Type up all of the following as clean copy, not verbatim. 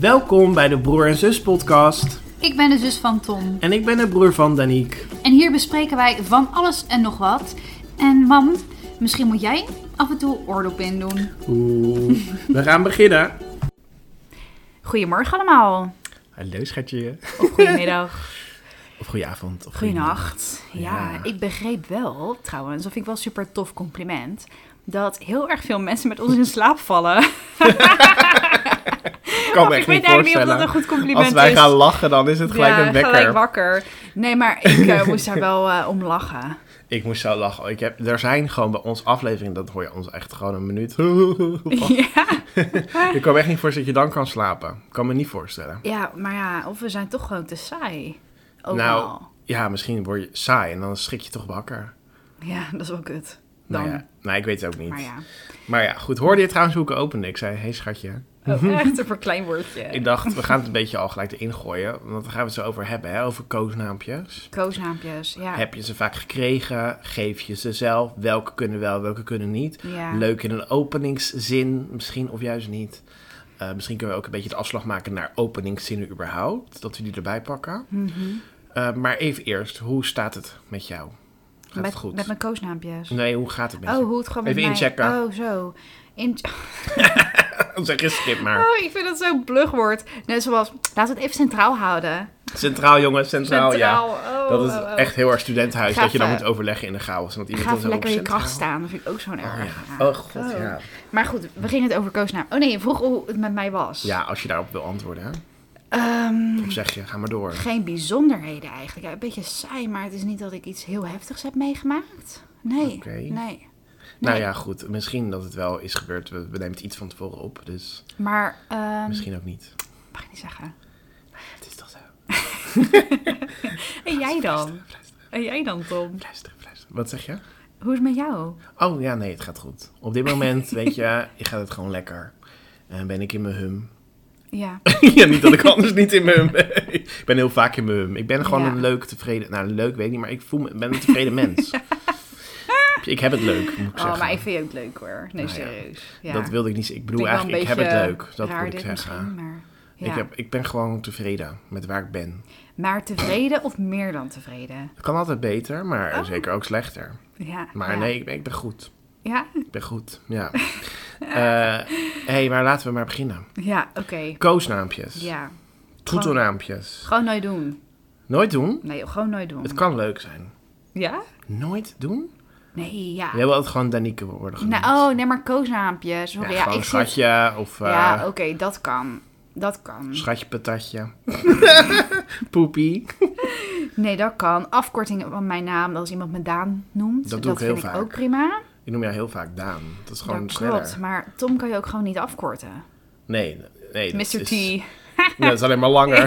Welkom bij de Broer en Zus podcast. Ik ben de zus van Tom. En ik ben de broer van Daniek. En hier bespreken wij van alles en nog wat. En mam, misschien moet jij af en toe oordop in doen. Oeh, we gaan beginnen. Goedemorgen allemaal. Hallo schatje. Of goedemiddag. Of goedenavond. Of Goedenacht. Ja, ik begreep wel, trouwens, dat vind ik wel een super tof compliment, dat heel erg veel mensen met ons in slaap vallen. Kan me echt ik weet niet eigenlijk niet of voorstellen. dat een goed compliment is. Als wij gaan lachen, dan is het gelijk een wekker. gelijk wakker. Nee, maar ik moest daar wel om lachen. Ik moest zo lachen. Er zijn gewoon bij ons afleveringen, dat hoor je ons echt gewoon een minuut. Ja. Ik kan me echt niet voorstellen dat je dan kan slapen. Ik kan me niet voorstellen. Ja, maar ja, of we zijn toch gewoon te saai. Ook Nou, al. ja, misschien word je saai en dan schrik je toch wakker. Ja, dat is wel kut. Dan. Nou, ik weet het ook niet. Maar ja. Maar ja, goed. Hoorde je trouwens hoe ik opende? Ik zei, hey schatje. Oh, echt een verkleinwoordje. Ik dacht, we gaan het een beetje al gelijk erin gooien. Want daar gaan we het zo over hebben, hè? Over koosnaampjes. Koosnaampjes, ja. Heb je ze vaak gekregen? Geef je ze zelf? Welke kunnen wel, welke kunnen niet? Ja. Leuk in een openingszin misschien, of juist niet. Misschien kunnen we ook een beetje de afslag maken naar openingszinnen überhaupt. Dat we die erbij pakken. Mm-hmm. Maar even eerst, hoe staat het met jou? Gaat het goed? Met mijn koosnaampjes. Nee, hoe gaat het met je? Oh, hoe het gewoon met Even mij... inchecken. Oh, zo. Dan zeg je skip maar. Oh, ik vind dat zo'n plugwoord. Net zoals, laten we het even centraal houden. Centraal, jongens, centraal, ja. Oh, Dat is echt heel erg studentenhuis, Ga dat je dan even- moet overleggen in de chaos. Want iemand Ga dan even zo op lekker in je kracht centraal. staan. Dat vind ik ook zo'n Oh, erg. ja. Oh god, ja. Maar goed, we gingen het over koosnaam. Oh nee, je vroeg hoe het met mij was. Ja, als je daarop wil antwoorden, hè? Of zeg je, ga maar door. Geen bijzonderheden eigenlijk. Ja, een beetje saai, maar het is niet dat ik iets heel heftigs heb meegemaakt. Nee, Oké. nee. Nou ja, goed. Misschien dat het wel is gebeurd. We nemen het iets van tevoren op, dus Maar, misschien ook niet. mag ik niet zeggen. Het is toch zo. En jij dan? Fluisteren. En jij dan, Tom? Fluisteren. Wat zeg je? Hoe is het met jou? Oh ja, nee, het gaat goed. Op dit moment, weet je, gaat het gewoon lekker. En ben ik in mijn hum. Ja. Ja, niet dat ik anders niet in mijn hum ben. Ik ben heel vaak in mijn hum. Ik ben gewoon Ja. een leuk, tevreden... Nou, leuk weet ik niet, maar ik ben een tevreden mens. Ik heb het leuk, moet ik zeggen. Oh, maar ik vind je ook leuk hoor. Nee, Nou ja, serieus. Ja. Dat wilde ik niet zeggen. Ik bedoel Vind wel eigenlijk, ik een heb het beetje leuk. Dat raar moet ik dit zeggen. misschien, maar... Ja. Ik ben gewoon tevreden met waar ik ben. Maar tevreden of meer dan tevreden? Het kan altijd beter, maar Oh. zeker ook slechter. Ja. Maar ja. nee, ik ben goed. Ja? Ik ben goed, ja. Maar laten we maar beginnen. Ja, oké. Koosnaampjes. Ja. Troetelnaampjes. Gewoon nooit doen. Nooit doen? Nee, gewoon nooit doen. Het kan leuk zijn. Ja? Nooit doen? Nee, ja. Jij wil altijd gewoon Danieke worden genoemd. Nou, oh, nee, maar koosnaampjes. Sorry, Ja, ja, gewoon ik zit... schatje of Ja, oké, dat kan. Dat kan. schatje patatje. Poepie. Nee, dat kan. Afkorting van mijn naam, als iemand me Daan noemt. Dat doe ik heel vind vaak. ik ook prima. Ik noem jou heel vaak Daan. Dat is gewoon Dat sneller. klopt, maar Tom kan je ook gewoon niet afkorten. Nee. Dat Mr. is- T. Ja, dat is alleen maar langer.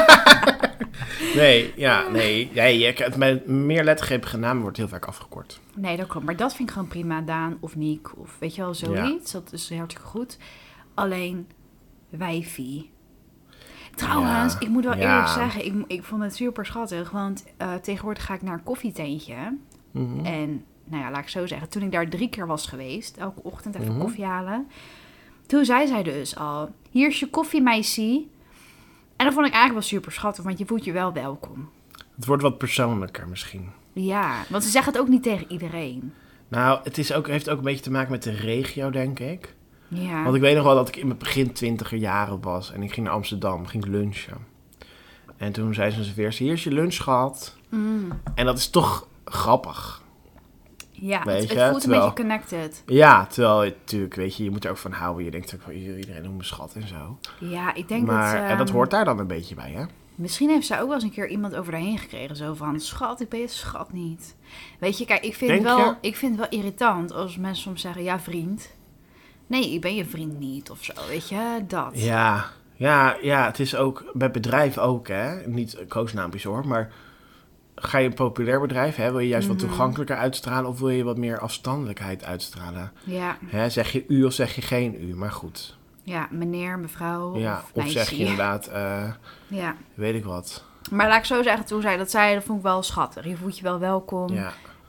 Nee. Je hebt met meer lettergrepige namen wordt heel vaak afgekort. Nee, dat klopt. Maar dat vind ik gewoon prima. Daan of Niek of weet je wel, zoiets. Dat is hartstikke goed. Alleen wijfie. Trouwens, Ja, ik moet wel ja. eerlijk zeggen, ik vond het super schattig. Want tegenwoordig ga ik naar een koffietentje. Mhm. En, nou ja, laat ik zo zeggen. Toen ik daar 3 keer was geweest, elke ochtend even Mhm. koffie halen. Toen zei zij dus al, hier is je koffie, meisje. En dat vond ik eigenlijk wel super schattig, want je voelt je wel welkom. Het wordt wat persoonlijker misschien. Ja, want ze zeggen het ook niet tegen iedereen. Nou, heeft ook een beetje te maken met de regio, denk ik. Ja. Want ik weet nog wel dat ik in mijn begin 20er jaren was. En ik ging naar Amsterdam, ging lunchen. En toen zei ze weer, hier is je lunch gehad. Mm. En dat is toch grappig. Ja, Weet het je, voelt terwijl- een beetje connected. Ja, terwijl je natuurlijk, weet je moet er ook van houden. Je denkt ook van iedereen noemt me schat en zo. Ja, ik denk Maar dat... en dat hoort daar dan een beetje bij, hè? Misschien heeft zij ook wel eens een keer iemand over daarheen gekregen. Zo van, schat, ik ben je schat niet. Weet je, kijk, ik vind Denk je? het wel irritant als mensen soms zeggen, ja, vriend. Nee, ik ben je vriend niet of zo, weet je, dat. Ja, het is ook bij bedrijven ook, hè? Niet koosnaampjes hoor, maar ga je een populair bedrijf, hè? Wil je juist wat toegankelijker uitstralen of wil je wat meer afstandelijkheid uitstralen? Ja, Hè? Zeg je u of zeg je geen u? Maar goed. ja, meneer, mevrouw Ja, of of meisje. zeg je inderdaad, Ja, weet ik wat. maar laat ik zo zeggen, toen zij dat zei, dat vond ik wel schattig. Je voelt je wel welkom. Ja.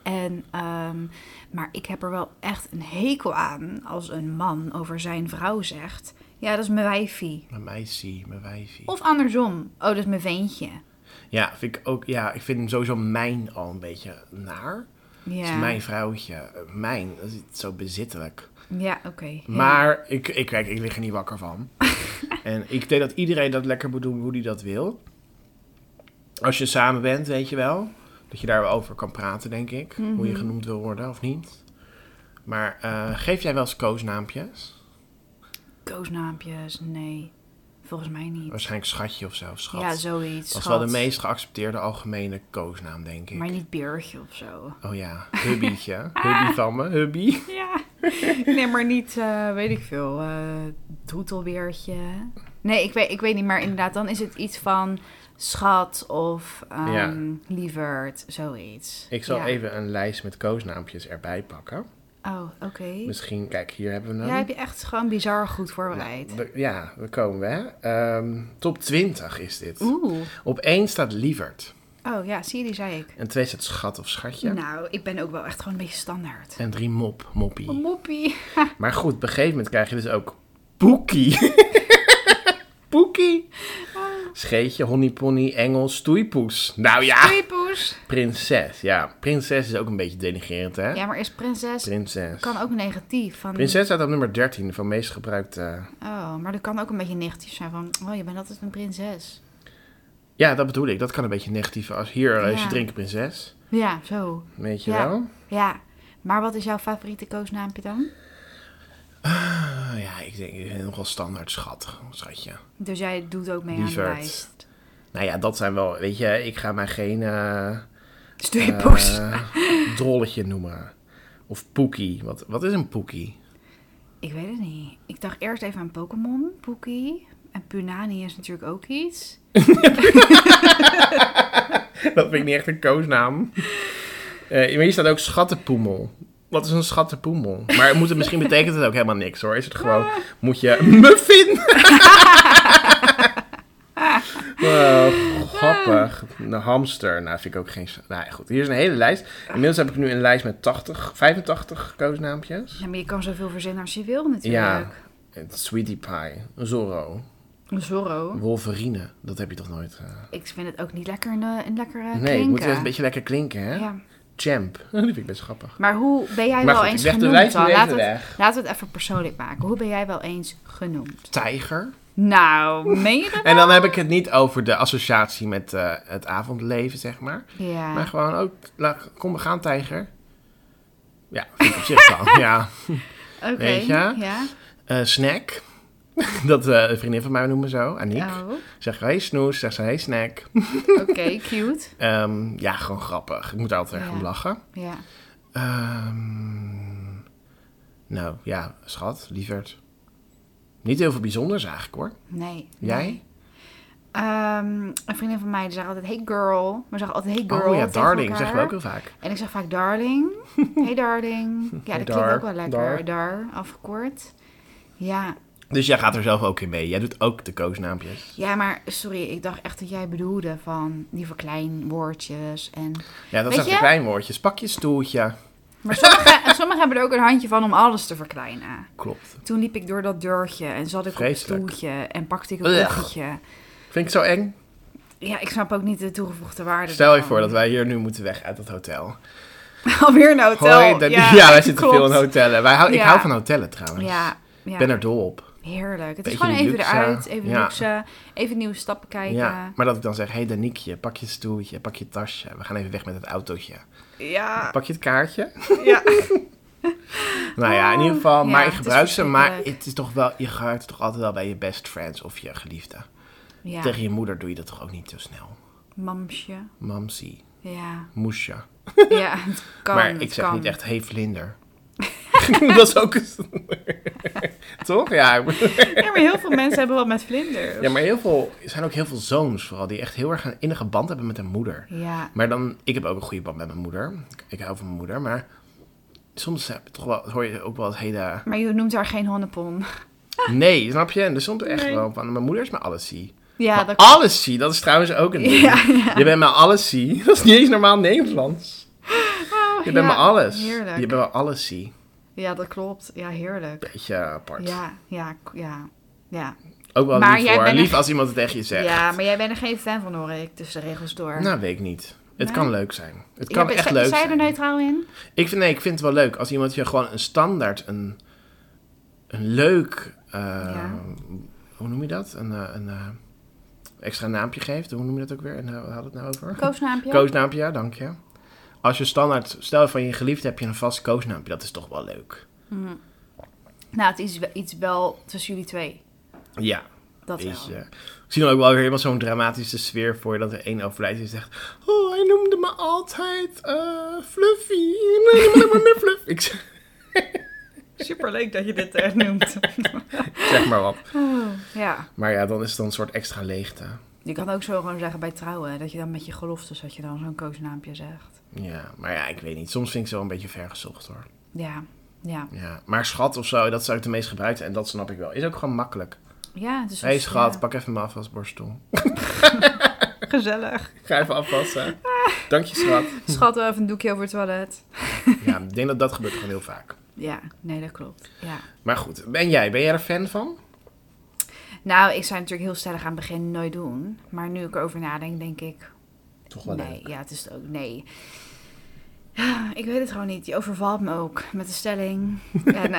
En, maar ik heb er wel echt een hekel aan als een man over zijn vrouw zegt... Ja, dat is mijn wijfie. Mijn meisje, mijn wijfie. Of andersom. Oh, dat is mijn veentje. Ja, vind ik ook. Ja, ik vind hem sowieso mijn al een beetje naar. Ja. Het is mijn vrouwtje. Mijn, dat is zo bezittelijk. Ja, oké. Ja. Maar ik lig er niet wakker van. En ik denk dat iedereen dat lekker moet doen hoe die dat wil. Als je samen bent, weet je wel. Dat je daar wel over kan praten, denk ik. Mhm. Hoe je genoemd wil worden of niet. Maar geef jij wel eens koosnaampjes? Koosnaampjes, nee. Volgens mij niet. Waarschijnlijk schatje of zo. Schat. Ja, zoiets. Dat is schat. wel de meest geaccepteerde algemene koosnaam, denk ik. Maar niet Beertje of zo. Oh ja, hubbietje. Hubby van me, hubby. Ja. Nee, maar niet, weet ik veel, troetelbeertje. Nee, ik weet niet, maar inderdaad, dan is het iets van schat of Ja. lieverd, zoiets. Ik zal Ja. even een lijst met koosnaampjes erbij pakken. Oh, oké. Misschien, kijk, hier hebben we hem. Ja, heb je echt gewoon bizar goed voorbereid. Ja, daar komen we. Hè. Top 20 is dit. Oeh. Op 1 staat lieverd. Oh ja, zie je, die zei ik. En 2 staat schat of schatje. Nou, ik ben ook wel echt gewoon een beetje standaard. En 3 moppie. Een moppie. Maar goed, op een gegeven moment krijg je dus ook poekie. Poekie. Scheetje, honeypony, engel, stoeipoes. Nou ja, Doei, poes. prinses. Ja, prinses is ook een beetje denigrerend, hè? Ja, maar is prinses... Prinses. Kan ook negatief. Van, Prinses staat op nummer 13 van meest gebruikte... Oh, maar dat kan ook een beetje negatief zijn van... Oh, je bent altijd een prinses. Ja, dat bedoel ik. Dat kan een beetje negatief. Als hier, als je Ja. drinkt prinses. Ja, zo. Weet je Ja. wel? Ja. Maar wat is jouw favoriete koosnaampje dan? Ja, ik denk nogal standaard schatje. Dus jij doet ook mee aan Lieverd. de lijst. Nou ja, dat zijn wel... Weet je, ik ga mij geen... Stoeipoes. drolletje noemen. Of poekie. Wat is een poekie? Ik weet het niet. Ik dacht eerst even aan Pokémon, Poekie. En Punani is natuurlijk ook iets. Dat vind ik niet echt een koosnaam. Maar hier staat ook schattenpoemel. Wat is een schattenpoemel? Maar misschien betekent het ook helemaal niks hoor. Is het gewoon, moet je muffin? Wow, grappig. Een hamster. Nou, vind ik ook geen... Nou ja, goed. Hier is een hele lijst. Inmiddels heb ik nu een lijst met 85 koosnaampjes. Ja, maar je kan zoveel verzinnen als je wil natuurlijk. Ja. Sweetie Pie. Zorro. Zorro. Wolverine. Dat heb je toch nooit... Ik vind het ook niet lekker een lekker Nee, het klinken. moet wel een beetje lekker klinken, hè? Ja. Champ. Die vind ik best grappig. Maar hoe ben jij Maar wel goed, eens ik leg de genoemd lijst dan? nu even weg. Laten we het even persoonlijk maken. Hoe ben jij wel eens genoemd? Tijger. Nou, meen je dat? En dan heb ik het niet over de associatie met het avondleven, zeg maar. Ja. Maar gewoon ook, kom we gaan, tijger. Ja, vind ik op zich wel. Ja. Oké. weet je? Ja. Snack. Dat een vriendin van mij noemen zo, Aniek. Oh, Zeg hey Snoes, zegt ze hey Snack. oké, cute. Ja, gewoon grappig. Ik moet er altijd erg om lachen. Ja. Nou, ja, schat, lieverd. Niet heel veel bijzonders eigenlijk hoor. Nee. Jij? Nee. Een vriendin van mij die zegt altijd hey girl. We zeggen altijd hey girl Oh ja, tegen darling, elkaar. zeggen we ook heel vaak. En ik zeg vaak darling. Hey darling. Ja, dat klinkt Dar, ook wel lekker. dar. Dar, afgekort. Ja. Dus jij gaat er zelf ook in mee. Jij doet ook de koosnaampjes. Ja, maar sorry, ik dacht echt dat jij bedoelde van die verkleinwoordjes en... Ja, dat Weet zijn je? verkleinwoordjes. Pak je stoeltje. Maar sommigen hebben er ook een handje van om alles te verkleinen. Klopt. Toen liep ik door dat deurtje en zat ik Vreselijk. op een stoeltje en pakte ik een Ugh. koffietje. Vind ik zo eng. Ja, ik snap ook niet de toegevoegde waarde. Stel je ervan. voor dat wij hier nu moeten weg uit het hotel. Alweer een hotel. Hoi, ja, wij zitten klopt. veel in hotellen. Ik Ja. hou van hotellen trouwens. Ja, ja. Ik ben er dol op. Heerlijk. Het is Beetje gewoon even luxe. eruit, even Ja. luxe, even nieuwe stappen kijken. Ja, maar dat ik dan zeg, hey Daniekje, pak je stoeltje, pak je tasje. We gaan even weg met het autootje. Ja. Pak je het kaartje? Ja. Nou ja, in ieder geval, Ja, maar ik het is gebruik ze. Maar verschrikkelijk. het is toch wel, je gebruikt het toch altijd wel bij je best friends of je geliefde. Ja. Tegen je moeder doe je dat toch ook niet zo snel. Mamsje. Mamsie, Ja. moesje. Ja, het kan. Maar ik het zeg kan. niet echt, hey vlinder. Dat is ook... Toch? Ja. Ja, maar heel veel mensen hebben wat met vlinders. Ja, maar er zijn ook heel veel zoons vooral die echt heel erg een innige band hebben met hun moeder. Ja. Maar dan, ik heb ook een goede band met mijn moeder. Ik hou van mijn moeder, maar soms hoor je ook wel het hele... Maar je noemt haar geen honnepon. Nee, snap je? En er stond er echt Nee. wel van, mijn moeder is mijn allesie. Ja, Maar dat allesie, dat is trouwens ook een ding. Ja, ja. Je bent mijn allesie. Dat is niet eens normaal Nederlands. Je bent me alles. Heerlijk. Je bent me alles, zie. Ja, dat klopt. Ja, heerlijk. Beetje apart. Ja. Ook wel Maar lief jij hoor. bent Lief als iemand het tegen je zegt. Ja, maar jij bent er geen fan van, hoor ik, tussen de regels door. Nou, weet ik niet. Het Nee? kan leuk zijn. Het kan echt leuk zijn. Sta je er neutraal in? Ik vind het wel leuk als iemand je gewoon een standaard, een leuk, hoe noem je dat? Een extra naampje geeft. Hoe noem je dat ook weer? En we hadden het nou over? Koosnaampje? Koosnaampje, ja, dank je. Als je standaard, stel van je geliefde heb je een vast koosnaampje, dat is toch wel leuk. Mm. Nou, het is iets wel tussen jullie twee. Ja. Dat wel. Ik zie dan ook wel weer helemaal zo'n dramatische sfeer voor je dat er één overlijdt die zegt, oh, hij noemde me altijd Fluffy. Nee, maar meer Fluffy. Ik zeg, Superleuk dat je dit echt noemt. zeg maar wat. Oh, ja. Maar ja, dan is het dan een soort extra leegte. Je kan ook zo gewoon zeggen bij trouwen, dat je dan met je geloftes, dat je dan zo'n koosnaampje zegt. Ja, maar ja, ik weet niet. Soms vind ik ze wel een beetje ver gezocht hoor. Ja. Ja, maar schat of zo, dat zou ik de meest gebruikte en dat snap ik wel. Is ook gewoon makkelijk. Ja, het is Hé schat, pak even mijn afwasborstel. Gezellig. Ga even afwassen. Dank je schat. Schat, wel even een doekje over het toilet. Ja, ik denk dat gebeurt gewoon heel vaak. Ja, nee, dat klopt. Ja. Maar goed, ben jij er fan van? Nou, ik zou natuurlijk heel stellig aan het begin nooit doen. Maar nu ik erover nadenk, denk ik... Toch wel nee, leuk. ja, het is het ook... Nee. Ja, ik weet het gewoon niet. Die overvalt me ook met de stelling. En,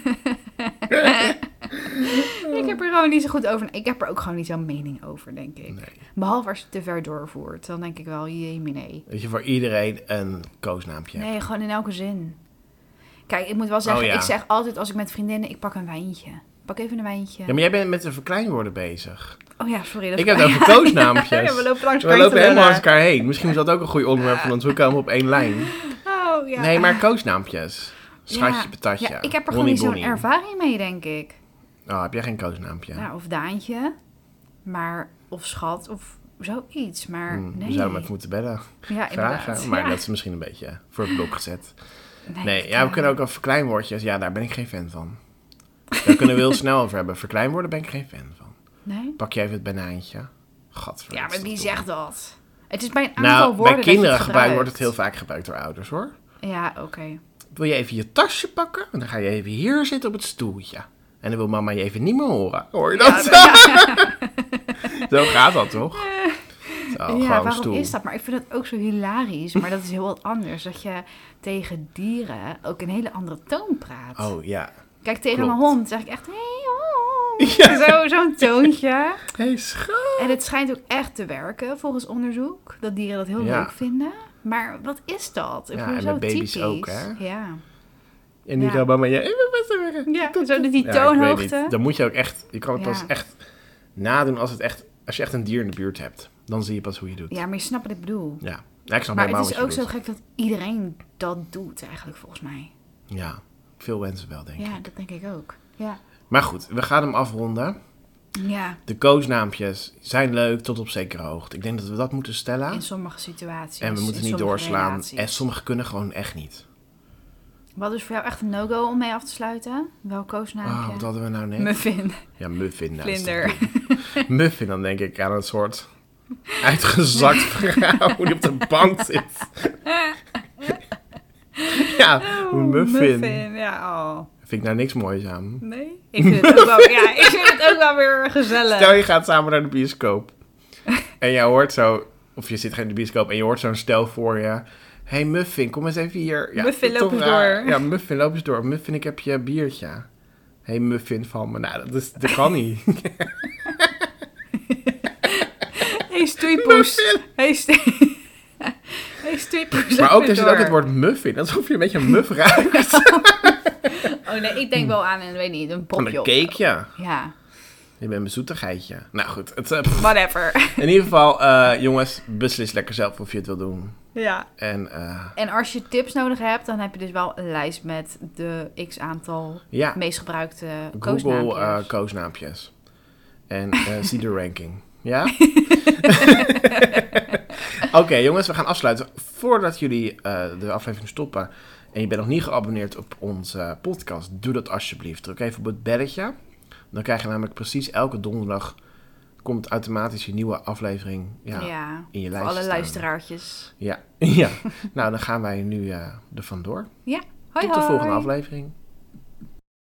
ik heb er gewoon niet zo goed over... Ik heb er ook gewoon niet zo'n mening over, denk ik. Nee. Behalve als je het te ver doorvoert. Dan denk ik wel, nee. Dat je voor iedereen een koosnaampje hebt. Nee, gewoon in elke zin. Kijk, ik moet wel zeggen, ik zeg altijd als ik met vriendinnen... Ik pak een wijntje. Pak even een wijntje. Ja, maar jij bent met de verkleinwoorden bezig. Oh ja, sorry. Dat Ik heb het over koosnaampjes. Ja, we lopen langs We lopen helemaal langs elkaar heen. Misschien is dat ook een goed onderwerp van ons. We komen op één lijn. Oh, ja. Nee, maar koosnaampjes. Schatje, patatje. Ja, ik heb er gewoon niet zo'n Honey. ervaring mee, denk ik. Oh, heb jij geen koosnaampje? Nou, of Daantje. Maar, of schat, of zoiets. Maar nee. We zouden hem even moeten bellen. Ja, Vragen. inderdaad. Maar Ja. dat is misschien een beetje voor het blok gezet. Nee, dat ja, we kunnen ook over verkleinwoordjes. Ja, daar ben ik geen fan van. Daar kunnen we heel snel over hebben. Verkleinwoorden ben ik geen fan van. Nee? Pak je even het banaantje. Gadverdamme. Ja, maar wie zegt dat? Het is bij een aantal Nou, woorden bij kinderen dat je het wordt het heel gebruikt. vaak gebruikt door ouders, hoor. Ja, oké. Wil je even je tasje pakken? En dan ga je even hier zitten op het stoeltje. En dan wil mama je even niet meer horen. Hoor je dat? Zo gaat dat, toch? Zo, Ja, waarom stoel. is dat? Maar ik vind het ook zo hilarisch. Maar dat is heel wat anders. Dat je tegen dieren ook een hele andere toon praat. Oh, ja. Kijk, tegen klopt. een hond zeg ik echt... Hey, hond. Ja. Zo'n toontje. Hey, schat. En het schijnt ook echt te werken, volgens onderzoek. Dat dieren dat heel Ja. leuk vinden. Maar wat is dat? Ik Ja, vind het en zo met baby's typisch. ook, hè? Ja. En die Ja. gaat mama je even best Ja, zo die Ja, ik weet toonhoogte. niet. Dan moet je ook echt... Je kan het Ja. pas echt nadoen als je echt een dier in de buurt hebt. Dan zie je pas hoe je doet. Ja, maar je snapt wat ik bedoel. Ja, ja ik snap Maar helemaal het is wat ook je zo bedoelt. gek dat iedereen dat doet eigenlijk, volgens mij. Ja, veel mensen wel, denk ik. Ja, dat denk ik ook. Ja. Maar goed, we gaan hem afronden. Ja, De koosnaampjes zijn leuk tot op zekere hoogte. Ik denk dat we dat moeten stellen. in sommige situaties. En we moeten in niet sommige doorslaan. relaties. En sommige kunnen gewoon echt niet. Wat is voor jou echt een no-go om mee af te sluiten? Welk koosnaampje? Wat hadden we nou net? Muffin. Ja, muffin. Nou, dat is toch Vlinder. goed. Muffin, dan denk ik aan een soort uitgezakt vrouw die op de bank zit. Ja, een muffin. Ja, oh. Vind ik nou niks moois aan. Nee? Ik vind het ook wel, ik vind het ook wel weer gezellig. Stel je gaat samen naar de bioscoop. En je hoort zo... Of je zit in de bioscoop en je hoort zo'n stel voor je. Hey Muffin, kom eens even hier. Ja, Muffin, toch loop eens raar. door. Ja, Muffin, loop eens door. Muffin, ik heb je biertje. Hey Muffin van me. Nou, dat kan niet. Hey stoeipoes. Muffin. Hey stoeipoes. Maar ook, even er zit door. ook het woord muffin. Alsof je een beetje een muff ruikt. Oh nee, ik denk wel aan een, weet niet, een Van popje een of cakeje. zo. Ja, Je bent een zoetigheidje. Nou goed. whatever. In ieder geval, jongens, beslis lekker zelf of je het wil doen. Ja. En En als je tips nodig hebt, dan heb je dus wel een lijst met de x-aantal ja, meest gebruikte Google koosnaampjes. koosnaampjes. En zie de ranking. Ja? Oké, jongens, we gaan afsluiten. Voordat jullie de aflevering stoppen en je bent nog niet geabonneerd op onze podcast, doe dat alsjeblieft. Druk even op het belletje. Dan krijg je namelijk precies elke donderdag komt automatisch een nieuwe aflevering in je lijst voor alle staan. luisteraartjes. Ja. Nou dan gaan wij nu er vandoor. Ja, hoi Tot de volgende aflevering.